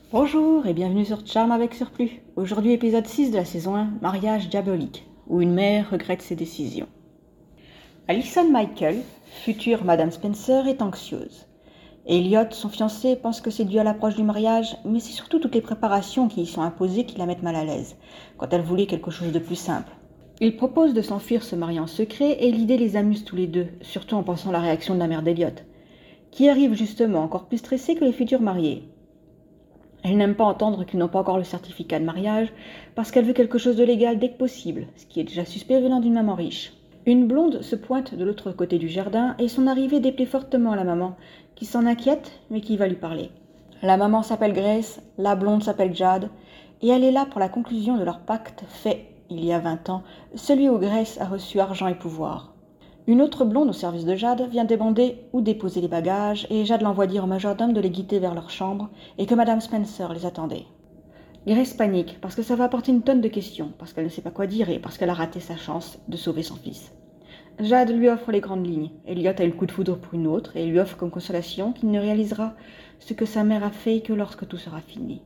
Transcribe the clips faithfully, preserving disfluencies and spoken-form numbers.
Bonjour et bienvenue sur Charme avec Surplus. Aujourd'hui épisode six de la saison un, Mariage diabolique, où une mère regrette ses décisions. Alison Michael, future Madame Spencer, est anxieuse. Elliot, son fiancé, pense que c'est dû à l'approche du mariage, mais c'est surtout toutes les préparations qui y sont imposées qui la mettent mal à l'aise, quand elle voulait quelque chose de plus simple. Il propose de s'enfuir se marier en secret et l'idée les amuse tous les deux, surtout en pensant à la réaction de la mère d'Elliot, qui arrive justement encore plus stressée que les futurs mariés. Elle n'aime pas entendre qu'ils n'ont pas encore le certificat de mariage parce qu'elle veut quelque chose de légal dès que possible, ce qui est déjà suspect venant d'une maman riche. Une blonde se pointe de l'autre côté du jardin et son arrivée déplaît fortement à la maman, qui s'en inquiète mais qui va lui parler. La maman s'appelle Grace, la blonde s'appelle Jade, et elle est là pour la conclusion de leur pacte fait il y a vingt ans, celui où Grace a reçu argent et pouvoir. Une autre blonde au service de Jade vient demander où déposer les bagages et Jade l'envoie dire au majordome de les guider vers leur chambre et que Madame Spencer les attendait. Grace panique parce que ça va apporter une tonne de questions, parce qu'elle ne sait pas quoi dire et parce qu'elle a raté sa chance de sauver son fils. Jade lui offre les grandes lignes. Elliot a eu le coup de foudre pour une autre et lui offre comme consolation qu'il ne réalisera ce que sa mère a fait que lorsque tout sera fini.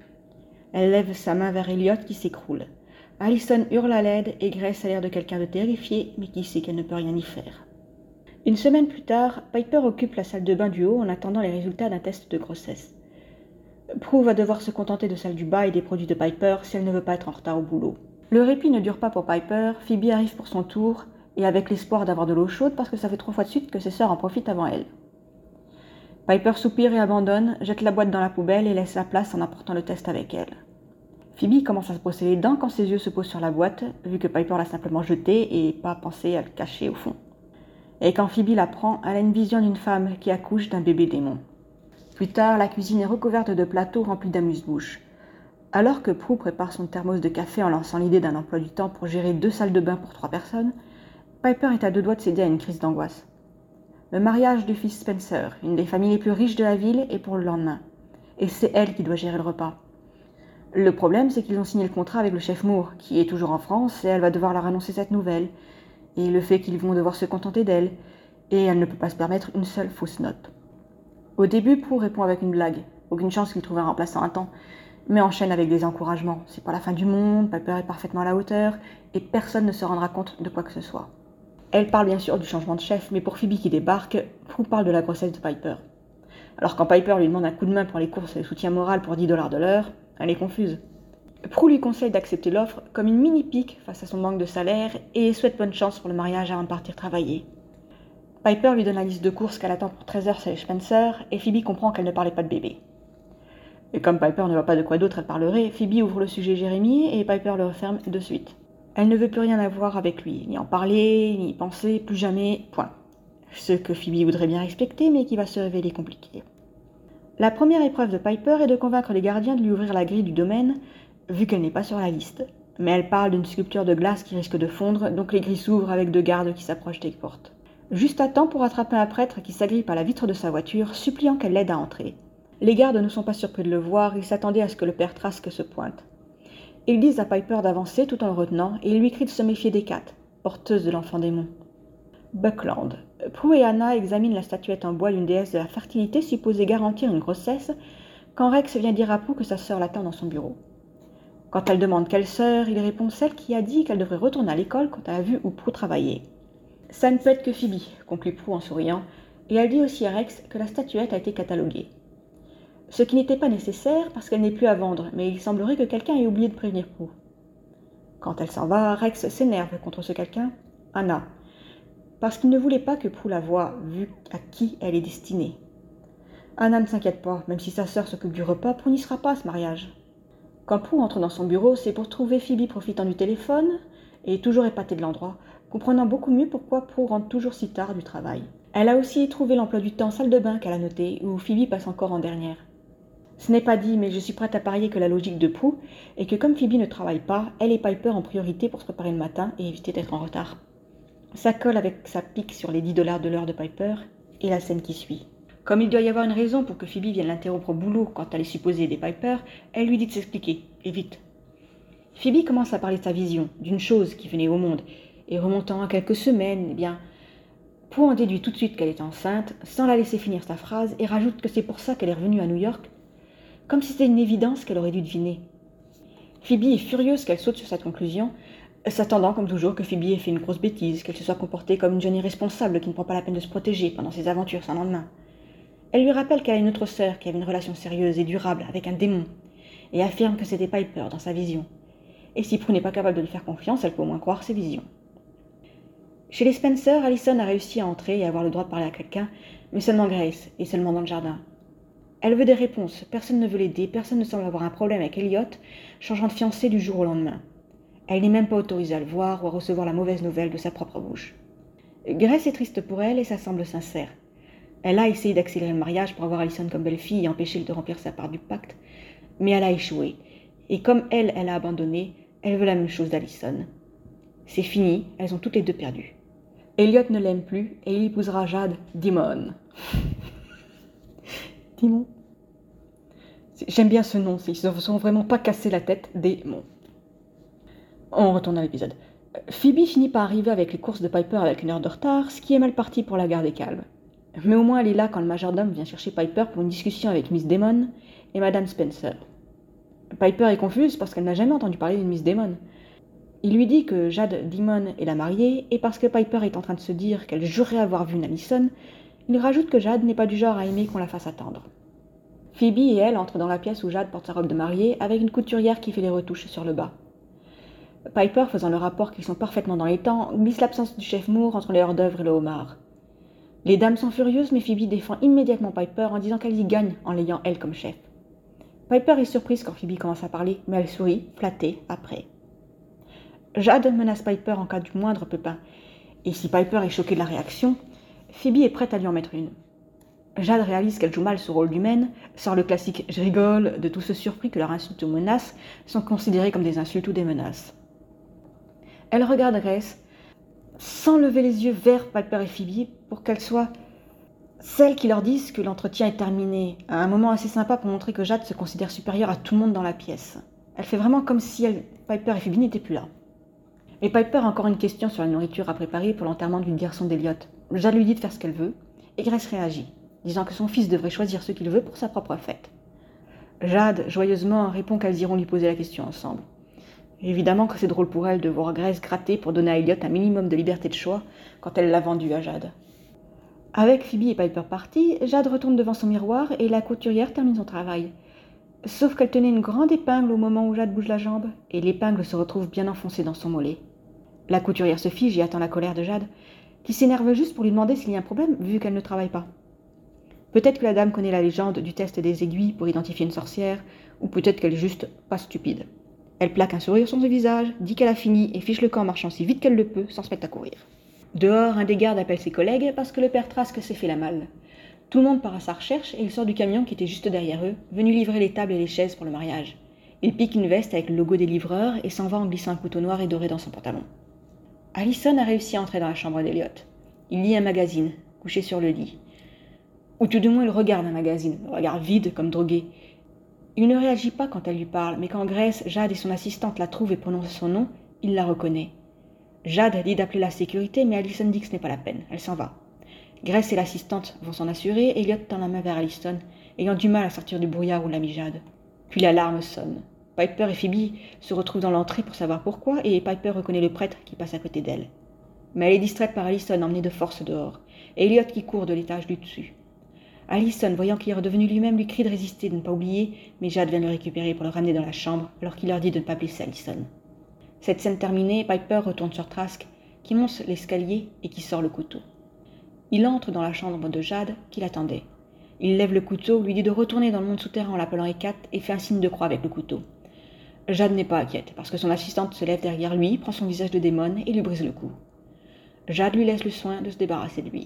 Elle lève sa main vers Elliot qui s'écroule. Alison hurle à l'aide et Grace a l'air de quelqu'un de terrifié, mais qui sait qu'elle ne peut rien y faire. Une semaine plus tard, Piper occupe la salle de bain du haut en attendant les résultats d'un test de grossesse. Prue va devoir se contenter de celle du bas et des produits de Piper si elle ne veut pas être en retard au boulot. Le répit ne dure pas pour Piper, Phoebe arrive pour son tour, et avec l'espoir d'avoir de l'eau chaude parce que ça fait trois fois de suite que ses sœurs en profitent avant elle. Piper soupire et abandonne, jette la boîte dans la poubelle et laisse la place en apportant le test avec elle. Phoebe commence à se brosser les dents quand ses yeux se posent sur la boîte, vu que Piper l'a simplement jetée et pas pensé à le cacher au fond. Et quand Phoebe la prend, elle a une vision d'une femme qui accouche d'un bébé démon. Plus tard, la cuisine est recouverte de plateaux remplis d'amuse-bouches. Alors que Prue prépare son thermos de café en lançant l'idée d'un emploi du temps pour gérer deux salles de bain pour trois personnes, Piper est à deux doigts de céder à une crise d'angoisse. Le mariage du fils Spencer, une des familles les plus riches de la ville, est pour le lendemain. Et c'est elle qui doit gérer le repas. Le problème, c'est qu'ils ont signé le contrat avec le chef Moore, qui est toujours en France, et elle va devoir leur annoncer cette nouvelle, et le fait qu'ils vont devoir se contenter d'elle, et elle ne peut pas se permettre une seule fausse note. Au début, Prue répond avec une blague, aucune chance qu'il trouve un remplaçant à temps, mais enchaîne avec des encouragements. C'est pas la fin du monde, Piper est parfaitement à la hauteur, et personne ne se rendra compte de quoi que ce soit. Elle parle bien sûr du changement de chef, mais pour Phoebe qui débarque, Prue parle de la grossesse de Piper. Alors quand Piper lui demande un coup de main pour les courses et le soutien moral pour dix dollars de l'heure, elle est confuse. Prue lui conseille d'accepter l'offre comme une mini-pique face à son manque de salaire et souhaite bonne chance pour le mariage avant de partir travailler. Piper lui donne la liste de courses qu'elle attend pour treize heures chez Spencer et Phoebe comprend qu'elle ne parlait pas de bébé. Et comme Piper ne voit pas de quoi d'autre elle parlerait, Phoebe ouvre le sujet Jérémy et Piper le referme de suite. Elle ne veut plus rien avoir avec lui, ni en parler, ni y penser, plus jamais, point. Ce que Phoebe voudrait bien respecter mais qui va se révéler compliqué. La première épreuve de Piper est de convaincre les gardiens de lui ouvrir la grille du domaine, vu qu'elle n'est pas sur la liste. Mais elle parle d'une sculpture de glace qui risque de fondre, donc les grilles s'ouvrent avec deux gardes qui s'approchent des portes. Juste à temps pour attraper un prêtre qui s'agrippe à la vitre de sa voiture, suppliant qu'elle l'aide à entrer. Les gardes ne sont pas surpris de le voir, ils s'attendaient à ce que le père Trask se pointe. Ils disent à Piper d'avancer tout en le retenant, et ils lui crient de se méfier des Cat, porteuse de l'enfant démon. Buckland. Prue et Anna examinent la statuette en bois d'une déesse de la fertilité supposée garantir une grossesse, quand Rex vient dire à Prue que sa sœur l'attend dans son bureau. Quand elle demande quelle sœur, il répond celle qui a dit qu'elle devrait retourner à l'école quand elle a vu où Prue travaillait. Ça ne peut être que Phoebe, conclut Prue en souriant, et elle dit aussi à Rex que la statuette a été cataloguée. Ce qui n'était pas nécessaire parce qu'elle n'est plus à vendre, mais il semblerait que quelqu'un ait oublié de prévenir Prue. Quand elle s'en va, Rex s'énerve contre ce quelqu'un, Anna, parce qu'il ne voulait pas que Prue la voie, vu à qui elle est destinée. Anna ne s'inquiète pas, même si sa sœur s'occupe du repas, Prue n'y sera pas à ce mariage. Quand Prue entre dans son bureau, c'est pour trouver Phoebe profitant du téléphone, et toujours épatée de l'endroit, comprenant beaucoup mieux pourquoi Prue rentre toujours si tard du travail. Elle a aussi trouvé l'emploi du temps salle de bain qu'elle a noté, où Phoebe passe encore en dernière. Ce n'est pas dit, mais je suis prête à parier que la logique de Prue est que comme Phoebe ne travaille pas, elle et Piper en priorité pour se préparer le matin et éviter d'être en retard. Ça colle avec sa pique sur les dix dollars de l'heure de Piper et la scène qui suit. Comme il doit y avoir une raison pour que Phoebe vienne l'interrompre au boulot quand elle est supposée aider Piper, elle lui dit de s'expliquer, et vite. Phoebe commence à parler de sa vision, d'une chose qui venait au monde, et remontant à quelques semaines, eh bien, Prue en déduit tout de suite qu'elle est enceinte, sans la laisser finir sa phrase, et rajoute que c'est pour ça qu'elle est revenue à New York. comme si c'était une évidence qu'elle aurait dû deviner. Phoebe est furieuse qu'elle saute sur cette conclusion, s'attendant comme toujours que Phoebe ait fait une grosse bêtise, qu'elle se soit comportée comme une jeune irresponsable qui ne prend pas la peine de se protéger pendant ses aventures sans lendemain. Elle lui rappelle qu'elle a une autre sœur qui avait une relation sérieuse et durable avec un démon, et affirme que c'était Piper dans sa vision. Et si Prue n'est pas capable de lui faire confiance, elle peut au moins croire ses visions. Chez les Spencer, Allison a réussi à entrer et à avoir le droit de parler à quelqu'un, mais seulement Grace, et seulement dans le jardin. Elle veut des réponses, personne ne veut l'aider, personne ne semble avoir un problème avec Elliot, changeant de fiancé du jour au lendemain. Elle n'est même pas autorisée à le voir ou à recevoir la mauvaise nouvelle de sa propre bouche. Grace est triste pour elle et ça semble sincère. Elle a essayé d'accélérer le mariage pour avoir Allison comme belle-fille et empêcher de remplir sa part du pacte, mais elle a échoué, et comme elle, elle a abandonné, elle veut la même chose d'Allison. C'est fini, elles ont toutes les deux perdu. Elliot ne l'aime plus et il épousera Jade Dimon. Dimon. J'aime bien ce nom, ils ne se sont vraiment pas cassé la tête, Démon. On retourne à l'épisode. Phoebe finit par arriver avec les courses de Piper avec une heure de retard, ce qui est mal parti pour la garder calme. Mais au moins elle est là quand le majordome vient chercher Piper pour une discussion avec Miss Damon et Madame Spencer. Piper est confuse parce qu'elle n'a jamais entendu parler d'une Miss Damon. Il lui dit que Jade Dimon est la mariée, et parce que Piper est en train de se dire qu'elle jurerait avoir vu une Allison, il rajoute que Jade n'est pas du genre à aimer qu'on la fasse attendre. Phoebe et elle entrent dans la pièce où Jade porte sa robe de mariée avec une couturière qui fait les retouches sur le bas. Piper, faisant le rapport qu'ils sont parfaitement dans les temps, glisse l'absence du chef Moore entre les hors-d'œuvre et le homard. Les dames sont furieuses, mais Phoebe défend immédiatement Piper en disant qu'elle y gagne en l'ayant elle comme chef. Piper est surprise quand Phoebe commence à parler, mais elle sourit, flattée, après. Jade menace Piper en cas du moindre pépin, et si Piper est choquée de la réaction, Phoebe est prête à lui en mettre une. Jade réalise qu'elle joue mal ce rôle d'humaine, sort le classique « je rigole » de tous ceux surpris que leurs insultes ou menaces sont considérées comme des insultes ou des menaces. Elle regarde Grace, sans lever les yeux vers Piper et Phoebe, pour qu'elles soient celles qui leur disent que l'entretien est terminé, à un moment assez sympa pour montrer que Jade se considère supérieure à tout le monde dans la pièce. Elle fait vraiment comme si elle, Piper et Phoebe n'étaient plus là. Et Piper a encore une question sur la nourriture à préparer pour l'enterrement du garçon d'Elliot. Jade lui dit de faire ce qu'elle veut, et Grace réagit, disant que son fils devrait choisir ce qu'il veut pour sa propre fête. Jade, joyeusement, répond qu'elles iront lui poser la question ensemble. Évidemment que c'est drôle pour elle de voir Grace gratter pour donner à Elliot un minimum de liberté de choix quand elle l'a vendu à Jade. Avec Phoebe et Piper partis, Jade retourne devant son miroir et la couturière termine son travail. Sauf qu'elle tenait une grande épingle au moment où Jade bouge la jambe, et l'épingle se retrouve bien enfoncée dans son mollet. La couturière se fige et attend la colère de Jade, qui s'énerve juste pour lui demander s'il y a un problème vu qu'elle ne travaille pas. Peut-être que la dame connaît la légende du test des aiguilles pour identifier une sorcière, ou peut-être qu'elle est juste pas stupide. Elle plaque un sourire sur son visage, dit qu'elle a fini et fiche le camp en marchant si vite qu'elle le peut, sans se mettre à courir. Dehors, un des gardes appelle ses collègues parce que le père Trask s'est fait la malle. Tout le monde part à sa recherche et il sort du camion qui était juste derrière eux, venu livrer les tables et les chaises pour le mariage. Il pique une veste avec le logo des livreurs et s'en va en glissant un couteau noir et doré dans son pantalon. Allison a réussi à entrer dans la chambre d'Elliot. Il lit un magazine, couché sur le lit. Ou tout du moins il regarde un magazine, le regard vide comme drogué. Il ne réagit pas quand elle lui parle, mais quand Grace, Jade et son assistante la trouvent et prononcent son nom, il la reconnaît. Jade dit d'appeler la sécurité, mais Allison dit que ce n'est pas la peine, elle s'en va. Grace et l'assistante vont s'en assurer et Elliot tend la main vers Allison, ayant du mal à sortir du brouillard où l'a mis Jade. Puis l'alarme sonne. Piper et Phoebe se retrouvent dans l'entrée pour savoir pourquoi et Piper reconnaît le prêtre qui passe à côté d'elle. Mais elle est distraite par Allison emmenée de force dehors, et Elliot qui court de l'étage du dessus. Allison, voyant qu'il est redevenu lui-même, lui crie de résister, de ne pas oublier, mais Jade vient le récupérer pour le ramener dans la chambre, alors qu'il leur dit de ne pas blesser Allison. Cette scène terminée, Piper retourne sur Trask, qui monte l'escalier et qui sort le couteau. Il entre dans la chambre de Jade, qui l'attendait. Il lève le couteau, lui dit de retourner dans le monde souterrain en l'appelant Hécate et fait un signe de croix avec le couteau. Jade n'est pas inquiète, parce que son assistante se lève derrière lui, prend son visage de démon et lui brise le cou. Jade lui laisse le soin de se débarrasser de lui.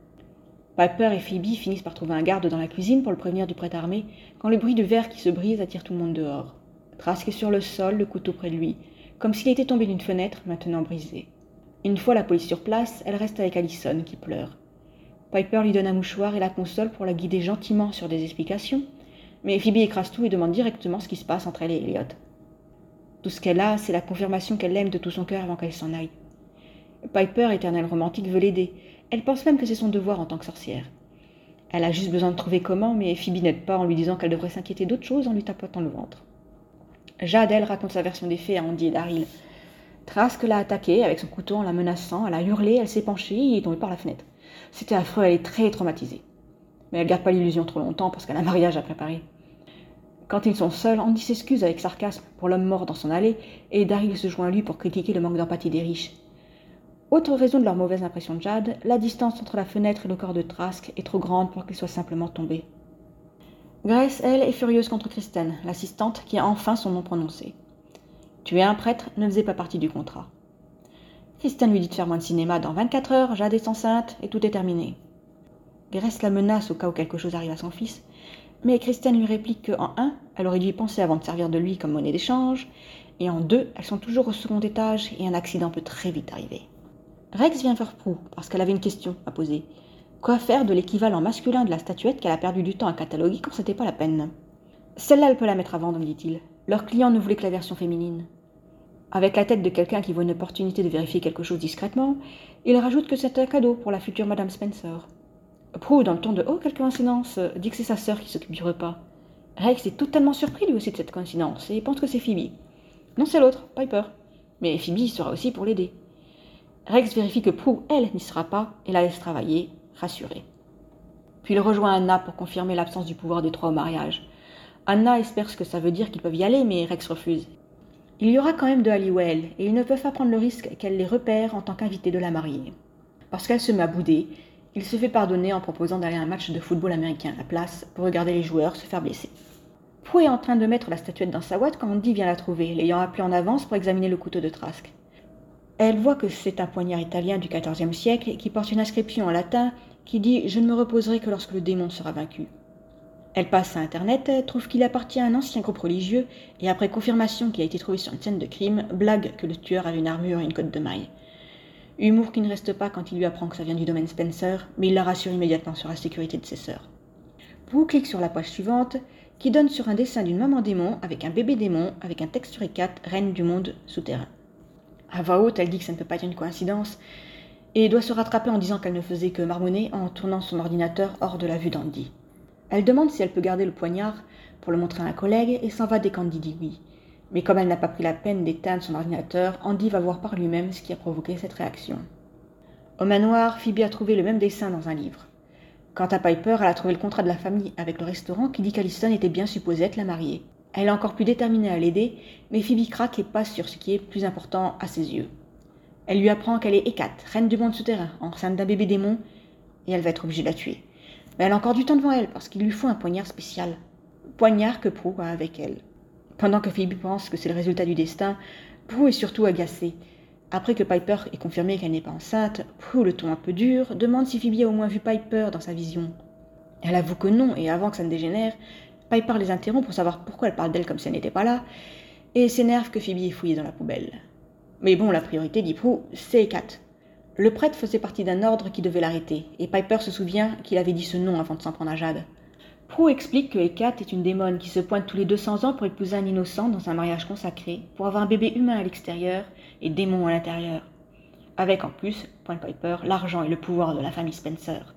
Piper et Phoebe finissent par trouver un garde dans la cuisine pour le prévenir du prêtre armé, quand le bruit du verre qui se brise attire tout le monde dehors. Trask est sur le sol, le couteau près de lui, comme s'il était tombé d'une fenêtre, maintenant brisé. Une fois la police sur place, elle reste avec Allison, qui pleure. Piper lui donne un mouchoir et la console pour la guider gentiment sur des explications, mais Phoebe écrase tout et demande directement ce qui se passe entre elle et Elliot. Tout ce qu'elle a, c'est la confirmation qu'elle l'aime de tout son cœur avant qu'elle s'en aille. Piper, éternelle romantique, veut l'aider. Elle pense même que c'est son devoir en tant que sorcière. Elle a juste besoin de trouver comment, mais Phoebe n'aide pas en lui disant qu'elle devrait s'inquiéter d'autre chose en lui tapotant le ventre. Jade, elle, raconte sa version des faits à Andy et Daryl. Trask l'a attaquée avec son couteau en la menaçant, elle a hurlé, elle s'est penchée et il est tombé par la fenêtre. C'était affreux, elle est très traumatisée. Mais elle garde pas l'illusion trop longtemps parce qu'elle a un mariage à préparer. Quand ils sont seuls, Andy s'excuse avec sarcasme pour l'homme mort dans son allée et Daryl se joint à lui pour critiquer le manque d'empathie des riches. Autre raison de leur mauvaise impression de Jade, la distance entre la fenêtre et le corps de Trask est trop grande pour qu'il soit simplement tombé. Grace, elle, est furieuse contre Kristen, l'assistante qui a enfin son nom prononcé. Tuer un prêtre ne faisait pas partie du contrat. Kristen lui dit de faire moins de cinéma dans vingt-quatre heures, Jade est enceinte et tout est terminé. Grace la menace au cas où quelque chose arrive à son fils, mais Kristen lui réplique qu'en un, elle aurait dû y penser avant de servir de lui comme monnaie d'échange, et en deux, elles sont toujours au second étage et un accident peut très vite arriver. Rex vient vers Prue parce qu'elle avait une question à poser. Quoi faire de l'équivalent masculin de la statuette qu'elle a perdu du temps à cataloguer quand c'était pas la peine? Celle-là, elle peut la mettre à vendre, me dit-il. Leur client ne voulait que la version féminine. Avec la tête de quelqu'un qui voit une opportunité de vérifier quelque chose discrètement, il rajoute que c'est un cadeau pour la future Madame Spencer. Prue, dans le ton de « Oh, quelle coïncidence !» dit que c'est sa sœur qui s'occupe du repas. Rex est totalement surpris lui aussi de cette coïncidence et pense que c'est Phoebe. Non, c'est l'autre, Piper. Mais Phoebe sera aussi pour l'aider. Rex vérifie que Prue, elle, n'y sera pas et la laisse travailler, rassurée. Puis il rejoint Anna pour confirmer l'absence du pouvoir des trois au mariage. Anna espère ce que ça veut dire qu'ils peuvent y aller, mais Rex refuse. Il y aura quand même de Halliwell, et ils ne peuvent pas prendre le risque qu'elle les repère en tant qu'invitée de la mariée. Parce qu'elle se met à bouder, il se fait pardonner en proposant d'aller à un match de football américain à la place pour regarder les joueurs se faire blesser. Prue est en train de mettre la statuette dans sa boîte quand Andy vient la trouver, l'ayant appelée en avance pour examiner le couteau de Trask. Elle voit que c'est un poignard italien du quatorzième siècle et qui porte une inscription en latin qui dit « Je ne me reposerai que lorsque le démon sera vaincu ». Elle passe à Internet, trouve qu'il appartient à un ancien groupe religieux et après confirmation qu'il a été trouvé sur une scène de crime, blague que le tueur avait une armure et une cotte de maille. Humour qui ne reste pas quand il lui apprend que ça vient du domaine Spencer, mais il la rassure immédiatement sur la sécurité de ses sœurs. Prue clique sur la page suivante qui donne sur un dessin d'une maman démon avec un bébé démon avec un texte sur Hécate, reine du monde souterrain. À voix haute, elle dit que ça ne peut pas être une coïncidence et doit se rattraper en disant qu'elle ne faisait que marmonner en tournant son ordinateur hors de la vue d'Andy. Elle demande si elle peut garder le poignard pour le montrer à un collègue et s'en va dès qu'Andy dit oui. Mais comme elle n'a pas pris la peine d'éteindre son ordinateur, Andy va voir par lui-même ce qui a provoqué cette réaction. Au manoir, Phoebe a trouvé le même dessin dans un livre. Quant à Piper, elle a trouvé le contrat de la famille avec le restaurant qui dit qu'Allison était bien supposée être la mariée. Elle est encore plus déterminée à l'aider, mais Phoebe craque et passe sur ce qui est plus important à ses yeux. Elle lui apprend qu'elle est Hécate, reine du monde souterrain, enceinte d'un bébé démon, et elle va être obligée de la tuer. Mais elle a encore du temps devant elle, parce qu'il lui faut un poignard spécial. Poignard que Prue a avec elle. Pendant que Phoebe pense que c'est le résultat du destin, Prue est surtout agacée. Après que Piper ait confirmé qu'elle n'est pas enceinte, Prue, le ton un peu dur, demande si Phoebe a au moins vu Piper dans sa vision. Elle avoue que non, et avant que ça ne dégénère, Piper les interrompt pour savoir pourquoi elle parle d'elle comme si elle n'était pas là, et s'énerve que Phoebe ait fouillé dans la poubelle. Mais bon, la priorité, dit Prue, c'est Hécate. Le prêtre faisait partie d'un ordre qui devait l'arrêter, et Piper se souvient qu'il avait dit ce nom avant de s'en prendre à Jade. Prue explique que Hécate est une démone qui se pointe tous les deux cents ans pour épouser un innocent dans un mariage consacré, pour avoir un bébé humain à l'extérieur et démon à l'intérieur. Avec en plus, pointe Piper, l'argent et le pouvoir de la famille Spencer.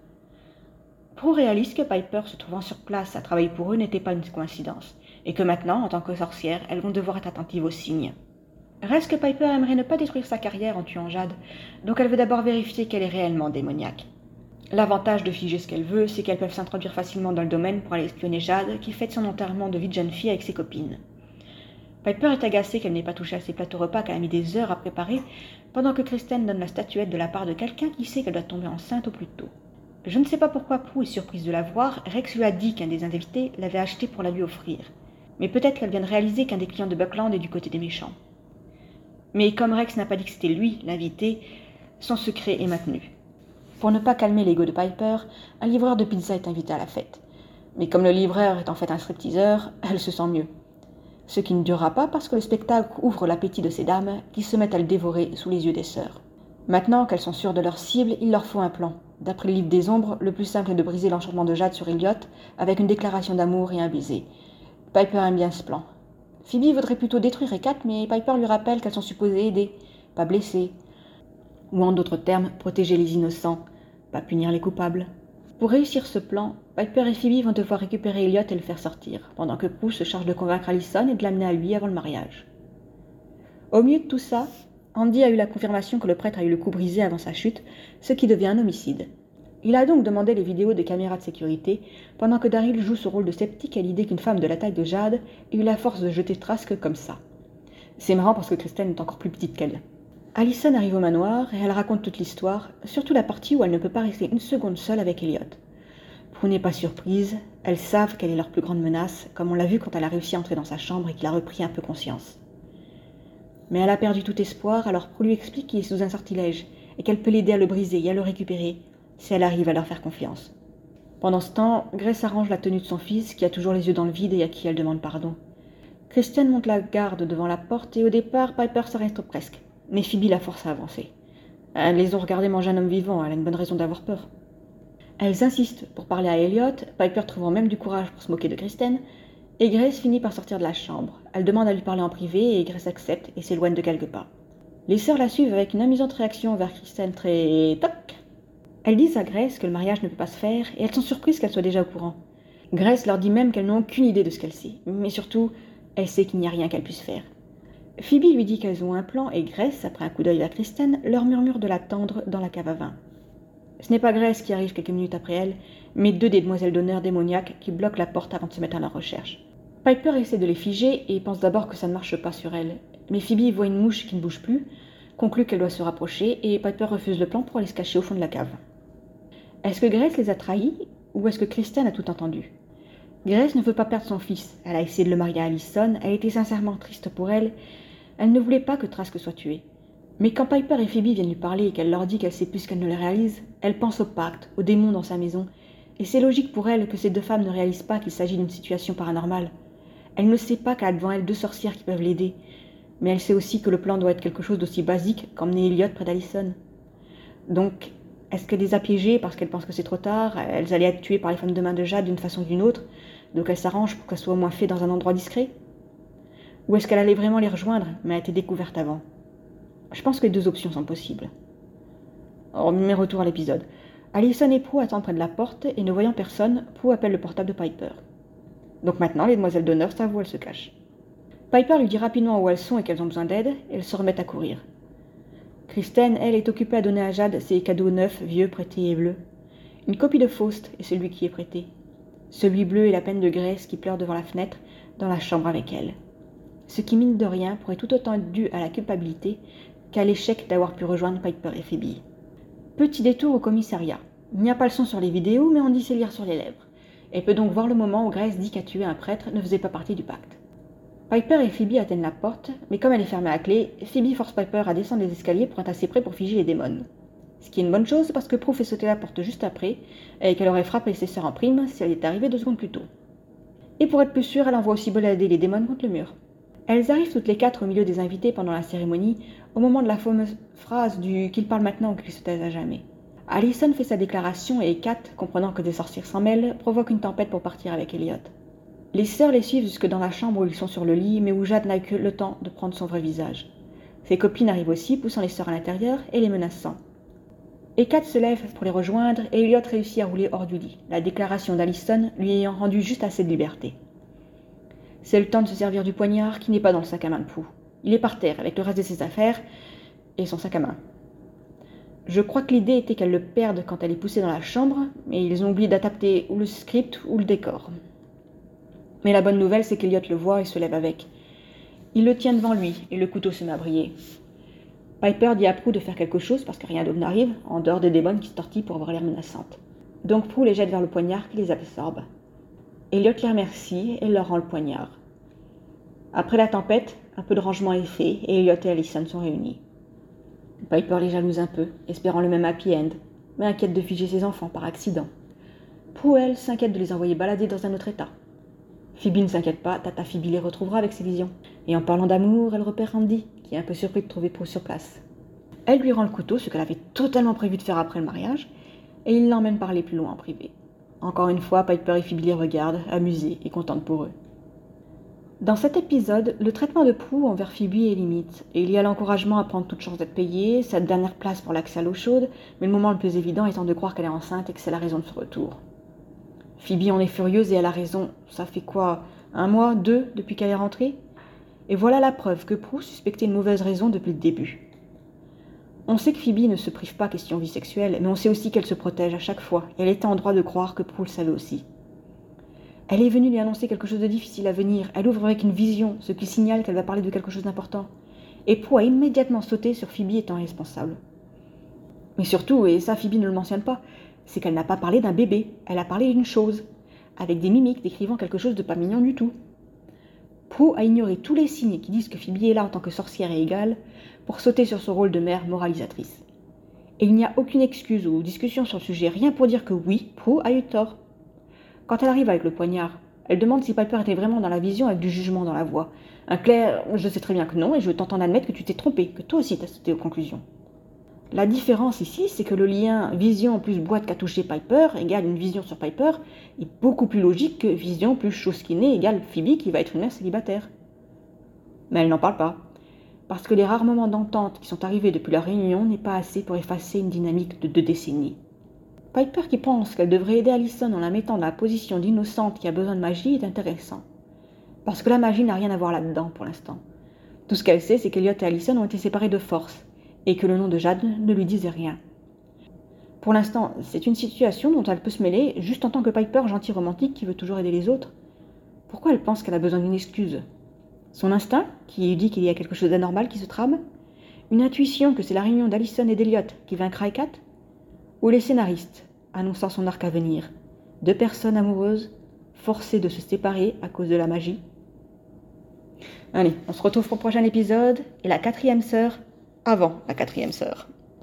Prue réalise que Piper, se trouvant sur place à travailler pour eux, n'était pas une coïncidence, et que maintenant, en tant que sorcière, elles vont devoir être attentives aux signes. Reste que Piper aimerait ne pas détruire sa carrière en tuant Jade, donc elle veut d'abord vérifier qu'elle est réellement démoniaque. L'avantage de figer ce qu'elle veut, c'est qu'elles peuvent s'introduire facilement dans le domaine pour aller espionner Jade, qui fête son enterrement de vie de jeune fille avec ses copines. Piper est agacée qu'elle n'ait pas touché à ses plateaux repas qu'elle a mis des heures à préparer, pendant que Kristen donne la statuette de la part de quelqu'un qui sait qu'elle doit tomber enceinte au plus tôt. Je ne sais pas pourquoi Prue est surprise de la voir, Rex lui a dit qu'un des invités l'avait achetée pour la lui offrir. Mais peut-être qu'elle vient de réaliser qu'un des clients de Buckland est du côté des méchants. Mais comme Rex n'a pas dit que c'était lui, l'invité, son secret est maintenu. Pour ne pas calmer l'ego de Piper, un livreur de pizza est invité à la fête. Mais comme le livreur est en fait un stripteaseur, elle se sent mieux. Ce qui ne durera pas parce que le spectacle ouvre l'appétit de ces dames qui se mettent à le dévorer sous les yeux des sœurs. Maintenant qu'elles sont sûres de leur cible, il leur faut un plan. D'après le livre des ombres, le plus simple est de briser l'enchantement de Jade sur Elliot avec une déclaration d'amour et un baiser. Piper aime bien ce plan. Phoebe voudrait plutôt détruire Hécate, mais Piper lui rappelle qu'elles sont supposées aider, pas blesser. Ou en d'autres termes, protéger les innocents, pas punir les coupables. Pour réussir ce plan, Piper et Phoebe vont devoir récupérer Elliot et le faire sortir, pendant que Prue se charge de convaincre Allison et de l'amener à lui avant le mariage. Au milieu de tout ça, Andy a eu la confirmation que le prêtre a eu le cou brisé avant sa chute, ce qui devient un homicide. Il a donc demandé les vidéos des caméras de sécurité, pendant que Daryl joue ce rôle de sceptique à l'idée qu'une femme de la taille de Jade ait eu la force de jeter Trask comme ça. C'est marrant parce que Kristen est encore plus petite qu'elle. Allison arrive au manoir et elle raconte toute l'histoire, surtout la partie où elle ne peut pas rester une seconde seule avec Elliot. Prue n'est pas surprise, elles savent quelle est leur plus grande menace, comme on l'a vu quand elle a réussi à entrer dans sa chambre et qu'il a repris un peu conscience. Mais elle a perdu tout espoir, alors Prue lui explique qu'il est sous un sortilège et qu'elle peut l'aider à le briser et à le récupérer, si elle arrive à leur faire confiance. Pendant ce temps, Grace arrange la tenue de son fils, qui a toujours les yeux dans le vide et à qui elle demande pardon. Kristen monte la garde devant la porte et au départ, Piper s'arrête presque, mais Phoebe la force à avancer. Elles les ont regardés manger un homme vivant, elle a une bonne raison d'avoir peur. Elles insistent pour parler à Elliot, Piper trouvant même du courage pour se moquer de Kristen, et Grace finit par sortir de la chambre. Elle demande à lui parler en privé et Grace accepte et s'éloigne de quelques pas. Les sœurs la suivent avec une amusante réaction vers Kristen très toc. Elles disent à Grace que le mariage ne peut pas se faire et elles sont surprises qu'elle soit déjà au courant. Grace leur dit même qu'elles n'ont aucune idée de ce qu'elle sait, mais surtout, elle sait qu'il n'y a rien qu'elle puisse faire. Phoebe lui dit qu'elles ont un plan et Grace, après un coup d'œil à Kristen, leur murmure de l'attendre dans la cave à vin. Ce n'est pas Grace qui arrive quelques minutes après elle, mais deux des demoiselles d'honneur démoniaques qui bloquent la porte avant de se mettre à leur recherche. Piper essaie de les figer et pense d'abord que ça ne marche pas sur elle, mais Phoebe voit une mouche qui ne bouge plus, conclut qu'elle doit se rapprocher et Piper refuse le plan pour aller se cacher au fond de la cave. Est-ce que Grace les a trahis ou est-ce que Kristen a tout entendu? Grace ne veut pas perdre son fils, elle a essayé de le marier à Allison, elle était sincèrement triste pour elle, elle ne voulait pas que Trask soit tué. Mais quand Piper et Phoebe viennent lui parler et qu'elle leur dit qu'elle sait plus qu'elle ne le réalise, elle pense au pacte, aux démons dans sa maison, et c'est logique pour elle que ces deux femmes ne réalisent pas qu'il s'agit d'une situation paranormale. Elle ne sait pas qu'elle a devant elle deux sorcières qui peuvent l'aider, mais elle sait aussi que le plan doit être quelque chose d'aussi basique qu'emmener Elliot près d'Allison. Donc, est-ce qu'elle les a piégées parce qu'elle pense que c'est trop tard, elles allaient être tuées par les femmes de main de Jade d'une façon ou d'une autre, donc elle s'arrange pour qu'elle soit au moins faite dans un endroit discret? Ou est-ce qu'elle allait vraiment les rejoindre, mais a été découverte avant? Je pense que les deux options sont possibles. Alors, mes retours à l'épisode. Allison et Prue attendent près de la porte, et ne voyant personne, Prue appelle le portable de Piper. Donc maintenant, les demoiselles d'honneur savent où elles se cachent. Piper lui dit rapidement où elles sont et qu'elles ont besoin d'aide, et elles se remettent à courir. Kristen, elle, est occupée à donner à Jade ses cadeaux neufs, vieux, prêtés et bleus. Une copie de Faust est celui qui est prêté. Celui bleu est la peine de Grace qui pleure devant la fenêtre, dans la chambre avec elle. Ce qui, mine de rien, pourrait tout autant être dû à la culpabilité qu'à l'échec d'avoir pu rejoindre Piper et Phoebe. Petit détour au commissariat. Il n'y a pas le son sur les vidéos, mais on dit c'est lire sur les lèvres. Elle peut donc voir le moment où Grace dit qu'à tuer un prêtre ne faisait pas partie du pacte. Piper et Phoebe atteignent la porte, mais comme elle est fermée à clé, Phoebe force Piper à descendre les escaliers pour être assez près pour figer les démons. Ce qui est une bonne chose parce que Prue fait sauter la porte juste après, et qu'elle aurait frappé ses sœurs en prime si elle était arrivée deux secondes plus tôt. Et pour être plus sûre, elle envoie aussi balader les démons contre le mur. Elles arrivent toutes les quatre au milieu des invités pendant la cérémonie, au moment de la fameuse phrase du « qu'il parle maintenant ou qu'il se taise à jamais ». Allison fait sa déclaration et Kat, comprenant que des sorcières s'en mêlent, provoque une tempête pour partir avec Elliot. Les sœurs les suivent jusque dans la chambre où ils sont sur le lit, mais où Jade n'a que le temps de prendre son vrai visage. Ses copines arrivent aussi, poussant les sœurs à l'intérieur et les menaçant. Et Kat se lève pour les rejoindre et Elliot réussit à rouler hors du lit, la déclaration d'Allison lui ayant rendu juste assez de liberté. C'est le temps de se servir du poignard qui n'est pas dans le sac à main de Prue. Il est par terre avec le reste de ses affaires et son sac à main. Je crois que l'idée était qu'elle le perde quand elle est poussée dans la chambre, mais ils ont oublié d'adapter ou le script ou le décor. Mais la bonne nouvelle, c'est qu'Elliot le voit et se lève avec. Il le tient devant lui et le couteau se met à briller. Piper dit à Prue de faire quelque chose parce que rien d'autre n'arrive, en dehors des démons qui se tortillent pour avoir l'air menaçante. Donc Prue les jette vers le poignard qui les absorbe. Elliot les remercie et leur rend le poignard. Après la tempête, un peu de rangement est fait et Elliot et Allison sont réunis. Piper les jalouse un peu, espérant le même happy end, mais inquiète de figer ses enfants par accident. Prue, elle, s'inquiète de les envoyer balader dans un autre état. Phoebe ne s'inquiète pas, Tata Phoebe les retrouvera avec ses visions. Et en parlant d'amour, elle repère Randy, qui est un peu surpris de trouver Prue sur place. Elle lui rend le couteau, ce qu'elle avait totalement prévu de faire après le mariage, et il l'emmène parler plus loin en privé. Encore une fois, Piper et Phoebe les regardent, amusés et contentes pour eux. Dans cet épisode, le traitement de Prue envers Phoebe est limite, et il y a l'encouragement à prendre toute chance d'être payée, sa dernière place pour l'accès à l'eau chaude, mais le moment le plus évident étant de croire qu'elle est enceinte et que c'est la raison de ce retour. Phoebe en est furieuse et elle a raison. Ça fait quoi, un mois, deux, depuis qu'elle est rentrée? Et voilà la preuve que Prue suspectait une mauvaise raison depuis le début. On sait que Phoebe ne se prive pas question vie sexuelle, mais on sait aussi qu'elle se protège à chaque fois, et elle était en droit de croire que Prue le savait aussi. Elle est venue lui annoncer quelque chose de difficile à venir, elle ouvre avec une vision, ce qui signale qu'elle va parler de quelque chose d'important. Et Prue a immédiatement sauté sur Phoebe étant responsable. Mais surtout, et ça Phoebe ne le mentionne pas, c'est qu'elle n'a pas parlé d'un bébé, elle a parlé d'une chose, avec des mimiques décrivant quelque chose de pas mignon du tout. Prue a ignoré tous les signes qui disent que Phoebe est là en tant que sorcière et égale pour sauter sur son rôle de mère moralisatrice. Et il n'y a aucune excuse ou discussion sur le sujet, rien pour dire que oui, Prue a eu tort. Quand elle arrive avec le poignard, elle demande si Piper était vraiment dans la vision avec du jugement dans la voix. Un clair « je sais très bien que non et je t'entends admettre que tu t'es trompé, que toi aussi t'as sauté aux conclusions ». La différence ici, c'est que le lien vision plus boîte qu'a touché Piper égale une vision sur Piper est beaucoup plus logique que vision plus chose qui naît égale Phoebe qui va être une mère célibataire. Mais elle n'en parle pas, parce que les rares moments d'entente qui sont arrivés depuis leur réunion n'est pas assez pour effacer une dynamique de deux décennies. Piper qui pense qu'elle devrait aider Allison en la mettant dans la position d'innocente qui a besoin de magie est intéressant, parce que la magie n'a rien à voir là-dedans pour l'instant. Tout ce qu'elle sait, c'est qu'Elliot et Allison ont été séparés de force, et que le nom de Jade ne lui disait rien. Pour l'instant, c'est une situation dont elle peut se mêler juste en tant que Piper gentille romantique qui veut toujours aider les autres. Pourquoi elle pense qu'elle a besoin d'une excuse? Son instinct, qui lui dit qu'il y a quelque chose d'anormal qui se trame? Une intuition que c'est la réunion d'Allison et d'Elliot qui vaincra Cat? Ou les scénaristes, annonçant son arc à venir? Deux personnes amoureuses, forcées de se séparer à cause de la magie? Allez, on se retrouve pour le prochain épisode, et la quatrième sœur avant la quatrième sœur.